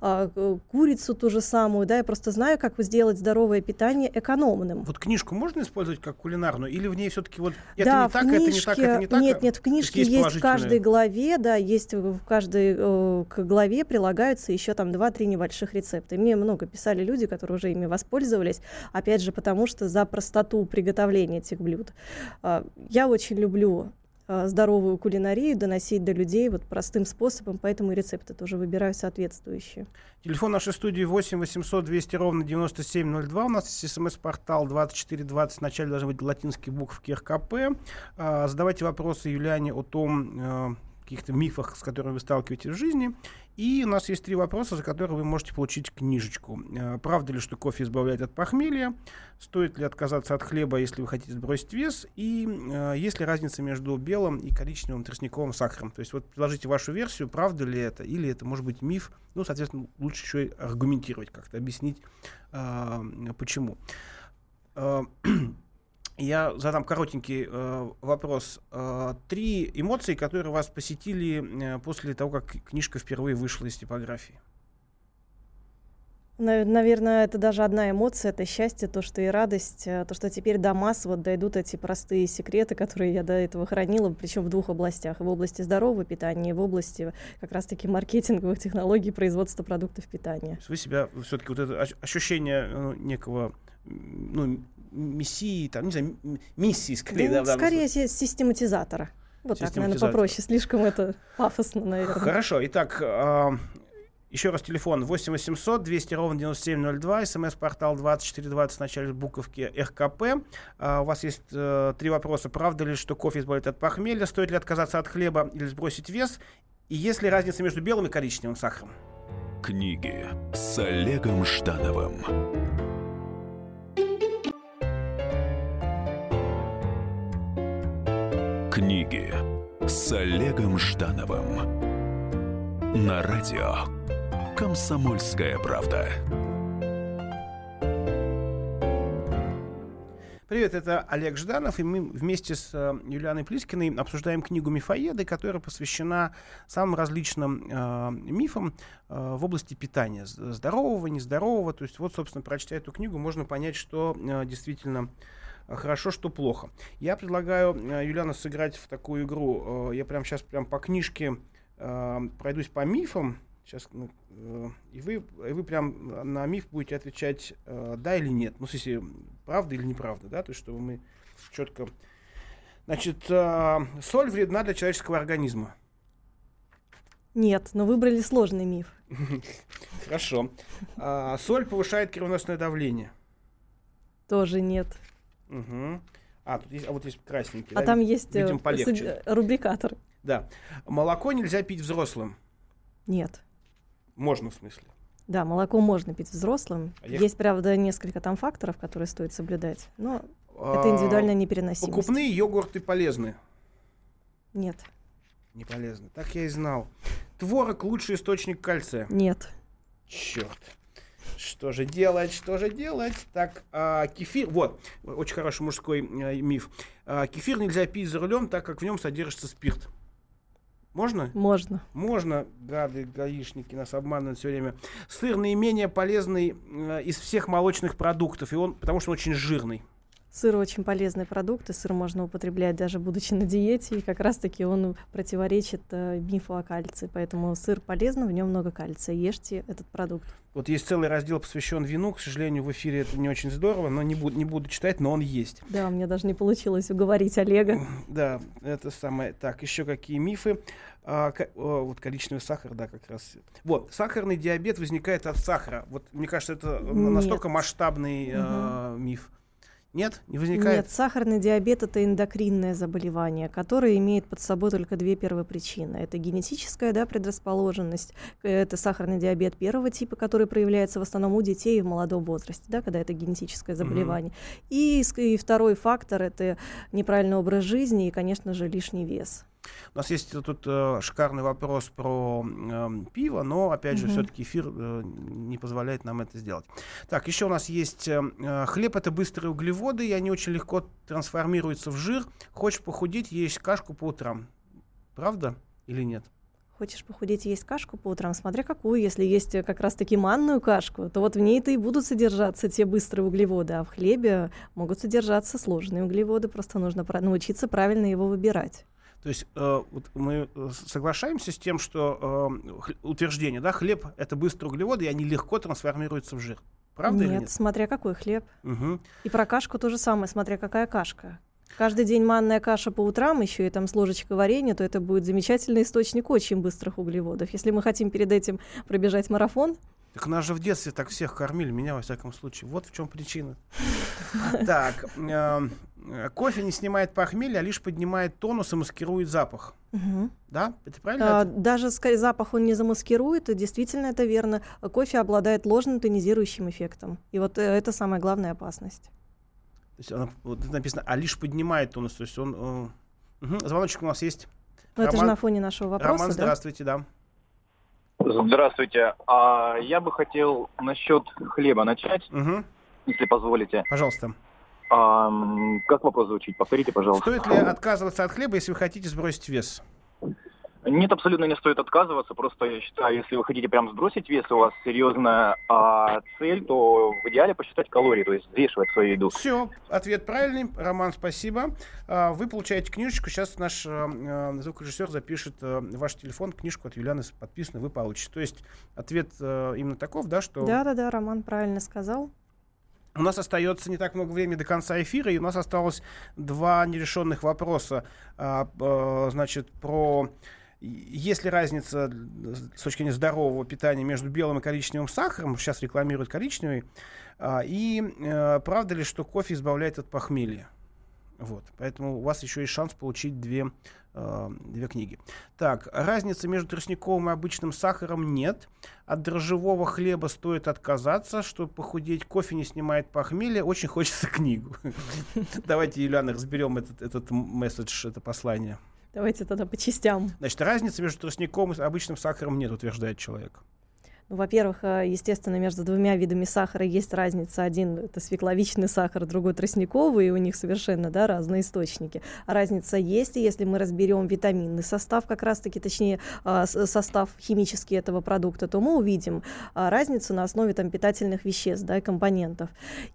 курицу ту же самую, да, я просто знаю, как сделать здоровое питание экономным. Вот книжку можно использовать как кулинарную, или в ней все-таки вот это да, не так, книжке, это не так, это не так? Нет, нет, в книжке есть, есть в каждой главе, да, есть в каждой э, к главе прилагаются еще там два-три небольших рецепта. И мне много писали люди, которые уже ими воспользовались, опять же, потому что за простоту приготовления этих блюд. Я очень люблю здоровую кулинарию, доносить до людей вот простым способом, поэтому и рецепты тоже выбираю соответствующие. Телефон нашей студии восемь восемьсот двести ровно девяносто семь ноль два. У нас есть смс-портал двадцать четыре двадцать. В начале должны быть латинские буковки эр ка пэ. Задавайте вопросы Юлиане о том, каких-то мифах, с которыми вы сталкиваетесь в жизни. И у нас есть три вопроса, за которые вы можете получить книжечку. Правда ли, что кофе избавляет от похмелья? Стоит ли отказаться от хлеба, если вы хотите сбросить вес? И э, есть ли разница между белым и коричневым тростниковым сахаром? То есть вот предложите вашу версию, правда ли это, или это может быть миф. Ну, соответственно, лучше еще и аргументировать как-то, объяснить, э, почему. Э, Я задам коротенький э, вопрос. Э, три эмоции, которые вас посетили э, после того, как книжка впервые вышла из типографии. Наверное, это даже одна эмоция, это счастье, то, что и радость, то, что теперь до масс вот дойдут эти простые секреты, которые я до этого хранила, причем в двух областях: в области здорового питания и в области как раз-таки маркетинговых технологий производства продуктов питания. Вы себя все-таки вот это ощущение ну, некого, ну, мессии, там, не знаю, миссии скорее. Да, да, скорее да, систематизатора. Вот так, наверное, попроще. Слишком это пафосно, наверное. Хорошо. Итак, э, еще раз телефон восемь восемьсот двести ровно девяносто семь ноль два. СМС-портал двадцать четыре двадцать в начале буковки эр ка пэ. Э, у вас есть э, три вопроса. Правда ли, что кофе избавляет от похмелья? Стоит ли отказаться от хлеба или сбросить вес? И есть ли разница между белым и коричневым сахаром? Книги с Олегом Ждановым. Книги с Олегом Ждановым на радио «Комсомольская правда». Привет, это Олег Жданов, и мы вместе с э, Юлианой Плискиной обсуждаем книгу «Мифоеды», которая посвящена самым различным э, мифам э, в области питания, здорового, нездорового. То есть вот, собственно, прочитая эту книгу, можно понять, что э, действительно хорошо, что плохо. Я предлагаю, Юлиана, сыграть в такую игру. Я прямо сейчас прям по книжке э, пройдусь по мифам. Сейчас, э, и, вы, и вы прям на миф будете отвечать э, да или нет. Ну, в смысле, правда или неправда, да? То есть, чтобы мы четко... Значит, э, соль вредна для человеческого организма. Нет, но выбрали сложный миф. Хорошо. Соль повышает кровеносное давление. Тоже нет. Угу. А, тут есть, а вот есть красненький. А да? Там есть Видим, полегче. рубрикатор. Да. Молоко нельзя пить взрослым. Нет. Можно, в смысле? Да, молоко можно пить взрослым. А я... Есть, правда, несколько там факторов, которые стоит соблюдать. Но а... это индивидуальная непереносимость. Покупные йогурты полезны? Нет. Не полезны. Так я и знал. Творог — лучший источник кальция? Нет. Черт. Что же делать, что же делать? Так, а, кефир, вот, очень хороший мужской а, миф. А, кефир нельзя пить за рулем, так как в нем содержится спирт. Можно? Можно. Можно, гады, гаишники нас обманывают все время. Сыр наименее полезный э, из всех молочных продуктов, и он, потому что он очень жирный. Сыр очень полезный продукт, и сыр можно употреблять даже будучи на диете, и как раз-таки он противоречит э, мифу о кальции. Поэтому сыр полезный, в нем много кальция. Ешьте этот продукт. Вот есть целый раздел, посвящен вину. К сожалению, в эфире это не очень здорово, но не буду, не буду читать, но он есть. Да, мне даже не получилось уговорить Олега. Да, это самое. Так, еще какие мифы? А, к, о, вот коричневый сахар, да, как раз. Вот, сахарный диабет возникает от сахара. Вот, мне кажется, это Нет. настолько масштабный угу. э, миф. Нет, не возникает? Нет, сахарный диабет — это эндокринное заболевание, которое имеет под собой только две первопричины. Это генетическая, да, предрасположенность, это сахарный диабет первого типа, который проявляется в основном у детей в молодом возрасте, да, когда это генетическое заболевание. Mm-hmm. И, и второй фактор — это неправильный образ жизни и, конечно же, лишний вес. У нас есть тут э, шикарный вопрос про э, пиво, но, опять же, mm-hmm. все-таки эфир э, не позволяет нам это сделать. Так, еще у нас есть э, хлеб — это быстрые углеводы, и они очень легко трансформируются в жир. Хочешь похудеть, есть кашку по утрам. Правда или нет? Хочешь похудеть, есть кашку по утрам, смотря какую. Если есть как раз-таки манную кашку, то вот в ней-то и будут содержаться те быстрые углеводы, а в хлебе могут содержаться сложные углеводы, просто нужно научиться правильно его выбирать. То есть э, вот мы соглашаемся с тем, что э, утверждение, да, хлеб — это быстрые углеводы, и они легко трансформируются в жир. Правда нет, или нет? Смотря какой хлеб. Угу. И про кашку то же самое, смотря какая кашка. Каждый день манная каша по утрам, еще и там с ложечкой варенья, то это будет замечательный источник очень быстрых углеводов. Если мы хотим перед этим пробежать марафон... Так нас же в детстве так всех кормили, меня во всяком случае. Вот в чем причина. Так, кофе не снимает похмелье, а лишь поднимает тонус и маскирует запах. Да? Это правильно? Даже запах он не замаскирует, действительно это верно. Кофе обладает ложным тонизирующим эффектом. И вот это самая главная опасность. То есть она, вот написано, а лишь поднимает тонус. То есть он... Угу. Звоночек у нас есть. Но это же на фоне нашего вопроса, Роман, здравствуйте, да. Здравствуйте. А, я бы хотел насчет хлеба начать, угу. если позволите. Пожалуйста. А, как вопрос звучит? Повторите, пожалуйста. Стоит ли отказываться от хлеба, если вы хотите сбросить вес? Нет, абсолютно не стоит отказываться. Просто я считаю, если вы хотите прям сбросить вес, у вас серьезная а, цель, то в идеале посчитать калории, то есть взвешивать свою еду. Все, ответ правильный. Роман, спасибо. А, вы получаете книжечку. Сейчас наш а, звукорежиссер запишет а, ваш телефон, книжку от Юлианы подписанную, вы получите. То есть ответ а, именно таков, да, что... Да-да-да, Роман правильно сказал. У нас остается не так много времени до конца эфира, и у нас осталось два нерешенных вопроса. А, а, значит, про... Есть ли разница с точки зрения здорового питания между белым и коричневым сахаром? Сейчас рекламируют коричневый. А, и а, правда ли, что кофе избавляет от похмелья? Вот. Поэтому у вас еще есть шанс получить две, а, две книги. Так, разницы между тростниковым и обычным сахаром нет. От дрожжевого хлеба стоит отказаться, чтобы похудеть. Кофе не снимает похмелье. Очень хочется книгу. Давайте, Юлиана, разберем этот месседж, это послание. Давайте тогда по частям. Значит, разницы между тростником и обычным сахаром нет, утверждает человек. Ну, во-первых, естественно, между двумя видами сахара есть разница. Один — это свекловичный сахар, другой — тростниковый, и у них совершенно, да, разные источники. А разница есть, и если мы разберем витаминный состав, как раз-таки, точнее, состав химический этого продукта, то мы увидим разницу на основе там питательных веществ, да, и компонентов.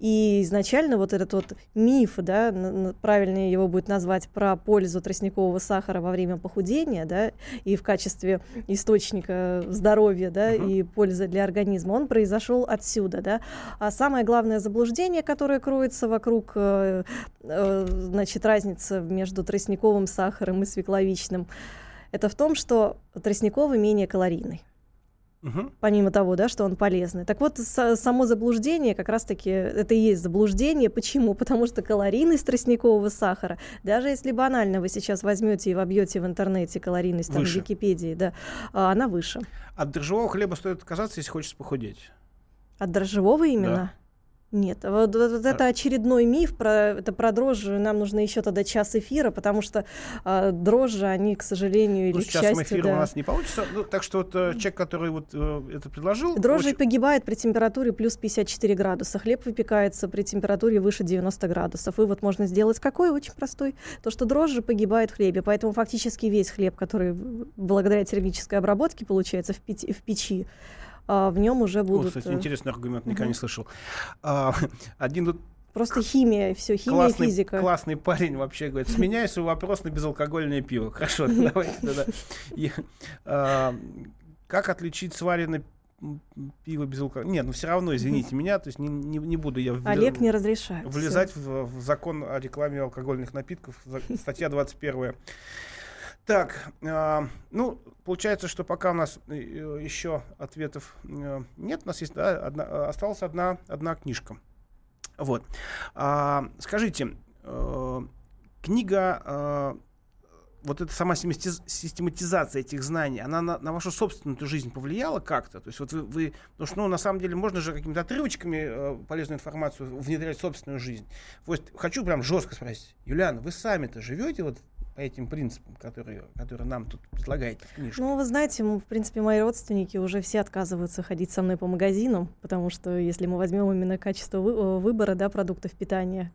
И изначально вот этот вот миф, да, правильно его будет назвать, про пользу тростникового сахара во время похудения, да, и в качестве источника здоровья, да, uh-huh. и пользы для организма, он произошел отсюда, да. А самое главное заблуждение, которое кроется вокруг, э, э, значит, разницы между тростниковым сахаром и свекловичным, это в том, что тростниковый менее калорийный. Угу. Помимо того, да, что он полезный. Так вот, с- само заблуждение, как раз-таки, это и есть заблуждение. Почему? Потому что калорийность тростникового сахара, даже если банально вы сейчас возьмете и вобьете в интернете калорийность, там, в Википедии, да, она выше. От дрожжевого хлеба стоит отказаться, если хочется похудеть. От дрожжевого именно? Нет, вот, вот это очередной миф, про, это про дрожжи, нам нужно еще тогда час эфира, потому что э, дрожжи, они, к сожалению, ну, или к счастью... счастью... эфира да. у нас не получится, ну, так что вот э, человек, который вот э, это предложил... Дрожжи очень... погибают при температуре плюс пятьдесят четыре градуса, хлеб выпекается при температуре выше девяносто градусов. Вывод можно сделать какой? Очень простой. То, что дрожжи погибают в хлебе, поэтому фактически весь хлеб, который благодаря термической обработке получается в, пяти, в печи, в нем уже будут... Вот, кстати, интересный аргумент, никогда uh-huh. не слышал. А, один тут... Просто химия, все, химия, классный, физика. Классный парень вообще говорит, сменяй свой вопрос на безалкогольное пиво. Хорошо, давайте тогда. Как отличить сваренное пиво без алкоголя? Нет, ну все равно, извините меня, то есть не буду я Олег не разрешает влезать в закон о рекламе алкогольных напитков, статья двадцать первая. Так, э, ну, получается, что пока у нас э, еще ответов э, нет, у нас есть, да, одна, осталась одна, одна книжка. Вот. А, скажите, э, книга, э, вот эта сама систематизация этих знаний, она на, на вашу собственную жизнь повлияла как-то? То есть вот вы, вы потому что, ну, на самом деле, можно же какими-то отрывочками э, полезную информацию внедрять в собственную жизнь. Вот хочу прям жестко спросить, Юлиана, вы сами-то живете вот по этим принципам, которые, которые нам тут предлагаете в книжке? Ну, вы знаете, в принципе, мои родственники уже все отказываются ходить со мной по магазинам, потому что если мы возьмем именно качество вы, выбора, да, продуктов питания,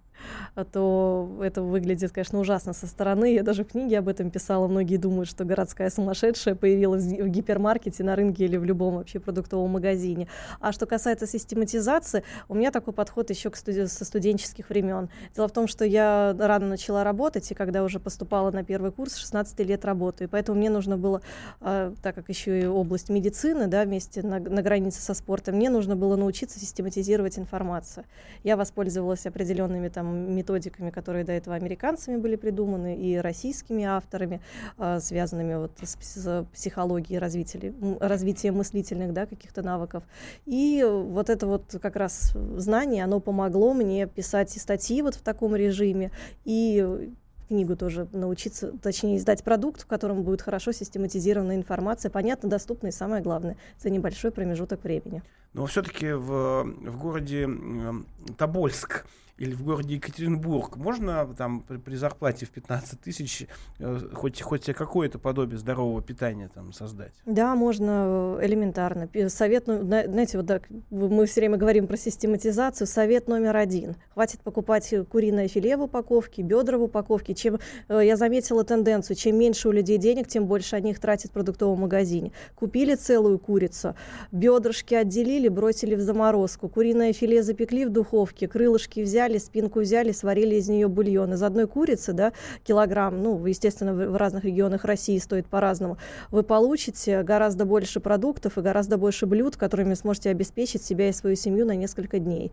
то это выглядит, конечно, ужасно со стороны. Я даже в книге об этом писала. Многие думают, что городская сумасшедшая появилась в гипермаркете, на рынке или в любом вообще продуктовом магазине. А что касается систематизации, у меня такой подход еще к студ... со студенческих времен. Дело в том, что я рано начала работать, и когда уже поступала на первый курс, шестнадцать лет работаю. И поэтому мне нужно было, так как еще и область медицины, да, вместе на, на границе со спортом, мне нужно было научиться систематизировать информацию. Я воспользовалась определенными там методиками, которые до этого американцами были придуманы, и российскими авторами, э, связанными вот с, с психологией, развитием, развитием мыслительных, да, каких-то навыков. И вот это вот как раз знание, оно помогло мне писать и статьи вот в таком режиме, и книгу тоже научиться, точнее, издать продукт, в котором будет хорошо систематизированная информация, понятно, доступна и, самое главное, за небольшой промежуток времени. Но все-таки в, в городе э, Тобольск или в городе Екатеринбург можно там при, при зарплате в пятнадцать тысяч э, хоть, хоть какое-то подобие здорового питания там создать? Да, можно элементарно. Совет, знаете, вот так, мы все время говорим про систематизацию. Совет номер один. Хватит покупать куриное филе в упаковке, бедра в упаковке. Чем, э, я заметила тенденцию, чем меньше у людей денег, тем больше они их тратят в продуктовом магазине. Купили целую курицу, бедрышки отделили, бросили в заморозку, куриное филе запекли в духовке, крылышки взяли, спинку взяли, сварили из нее бульон. Из одной курицы, да, килограмм, ну, естественно, в разных регионах России стоит по-разному, вы получите гораздо больше продуктов и гораздо больше блюд, которыми сможете обеспечить себя и свою семью на несколько дней.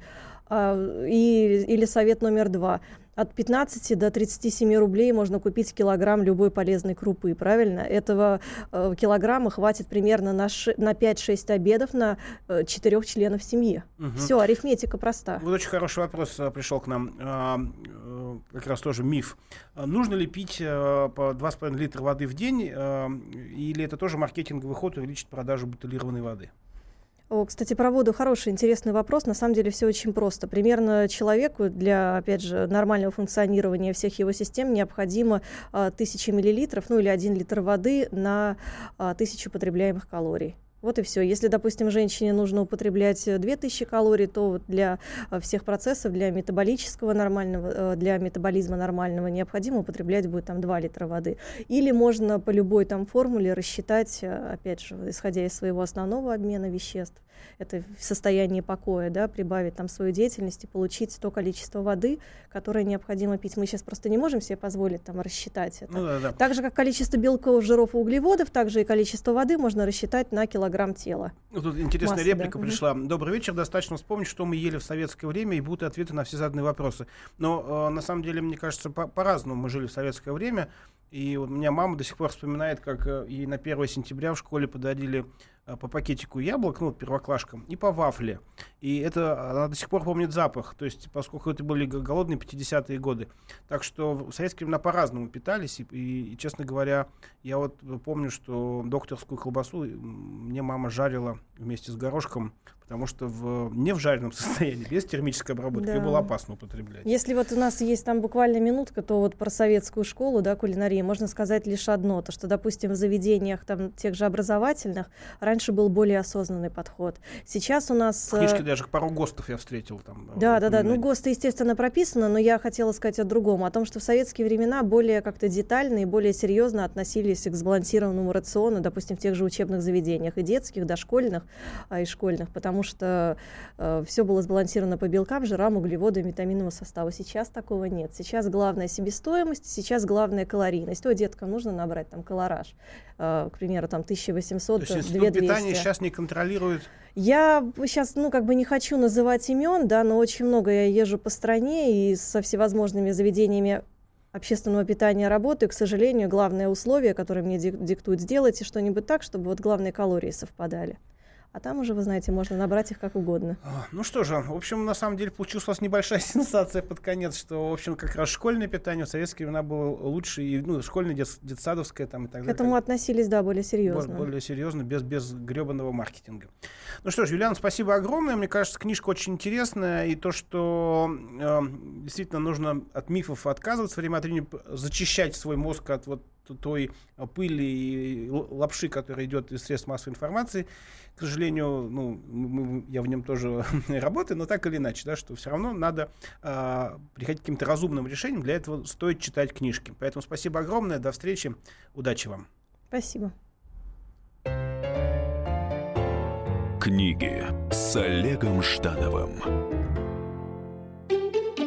И, или совет номер два. От пятнадцати до тридцати семи рублей можно купить килограмм любой полезной крупы, правильно? Этого э, килограмма хватит примерно на, ш... на пять-шесть обедов на э, четырех членов семьи. Угу. Все, арифметика проста. Вот очень хороший вопрос а, пришел к нам. А, а, как раз тоже миф. А, нужно ли пить а, по два с половиной литра воды в день? А, или это тоже маркетинговый ход увеличить продажу бутилированной воды? О, кстати, про воду хороший, интересный вопрос. На самом деле все очень просто. Примерно человеку для, опять же, нормального функционирования всех его систем необходимо а, тысяча миллилитров, ну или один литр воды на а, тысячу потребляемых калорий. Вот и все. Если, допустим, женщине нужно употреблять две тысячи калорий, то вот для всех процессов, для метаболического нормального, для метаболизма нормального необходимо употреблять будет там два литра воды. Или можно по любой там формуле рассчитать, опять же, исходя из своего основного обмена веществ, это в состоянии покоя, да, прибавить там свою деятельность и получить то количество воды, которое необходимо пить. Мы сейчас просто не можем себе позволить там рассчитать это. Ну, да, да. Так же, как количество белков, жиров и углеводов, также и количество воды можно рассчитать на килограмм тела. Ну, тут интересная Масса, реплика да. пришла. Добрый вечер. Достаточно вспомнить, что мы ели в советское время, и будут ответы на все заданные вопросы. Но, э, на самом деле, мне кажется, по- по-разному мы жили в советское время. И вот у меня мама до сих пор вспоминает, как э, ей на первое сентября в школе подарили э, по пакетику яблок, ну, первоклашкам, и по вафле. И это она до сих пор помнит запах, то есть, поскольку это были голодные пятидесятые годы. Так что в советские времена по-разному питались. И, и, и, честно говоря, я вот помню, что докторскую колбасу мне мама жарила вместе с горошком, потому что в, не в жареном состоянии, без термической обработки, Да. ее было опасно употреблять. Если вот у нас есть там буквально минутка, то вот про советскую школу, да, кулинарии, можно сказать лишь одно, то что, допустим, в заведениях там тех же образовательных раньше был более осознанный подход. Сейчас у нас... В книжке даже пару ГОСТов я встретил там. Да, да, да. Ну, ГОСТы, естественно, прописано, но я хотела сказать о другом, о том, что в советские времена более как-то детально и более серьезно относились к сбалансированному рациону, допустим, в тех же учебных заведениях, и детских, дошкольных, а и школьных, потому что э, все было сбалансировано по белкам, жирам, углеводам, витаминному составу. Сейчас такого нет. Сейчас главная себестоимость, сейчас главная калорийность. Ой, деткам нужно набрать там колораж, э, к примеру, там тысяча восемьсот, То есть две институт тысячи двести. питания сейчас не контролирует. Я сейчас, ну, как бы не хочу называть имен, да, но очень много я езжу по стране и со всевозможными заведениями общественного питания работаю. К сожалению, главное условие, которое мне диктуют, сделайте что-нибудь так, чтобы вот главные калории совпадали. А там уже, вы знаете, можно набрать их как угодно. Ну что же, в общем, на самом деле получилась у нас небольшая сенсация под конец, что, в общем, как раз школьное питание в советские времена было лучше, и, ну, школьное, дет, детсадовское там и так далее. К этому относились, да, более серьезно. Более серьезно, без, без гребаного маркетинга. Ну что ж, Юлиана, спасибо огромное. Мне кажется, книжка очень интересная, и то, что э, действительно нужно от мифов отказываться, время от времени зачищать свой мозг от вот той пыли и лапши, которая идет из средств массовой информации. К сожалению, ну, мы, я в нем тоже работаю, но так или иначе, да, что все равно надо э, приходить к каким-то разумным решениям. Для этого стоит читать книжки. Поэтому спасибо огромное. До встречи. Удачи вам. Спасибо. Книги с Олегом Ждановым.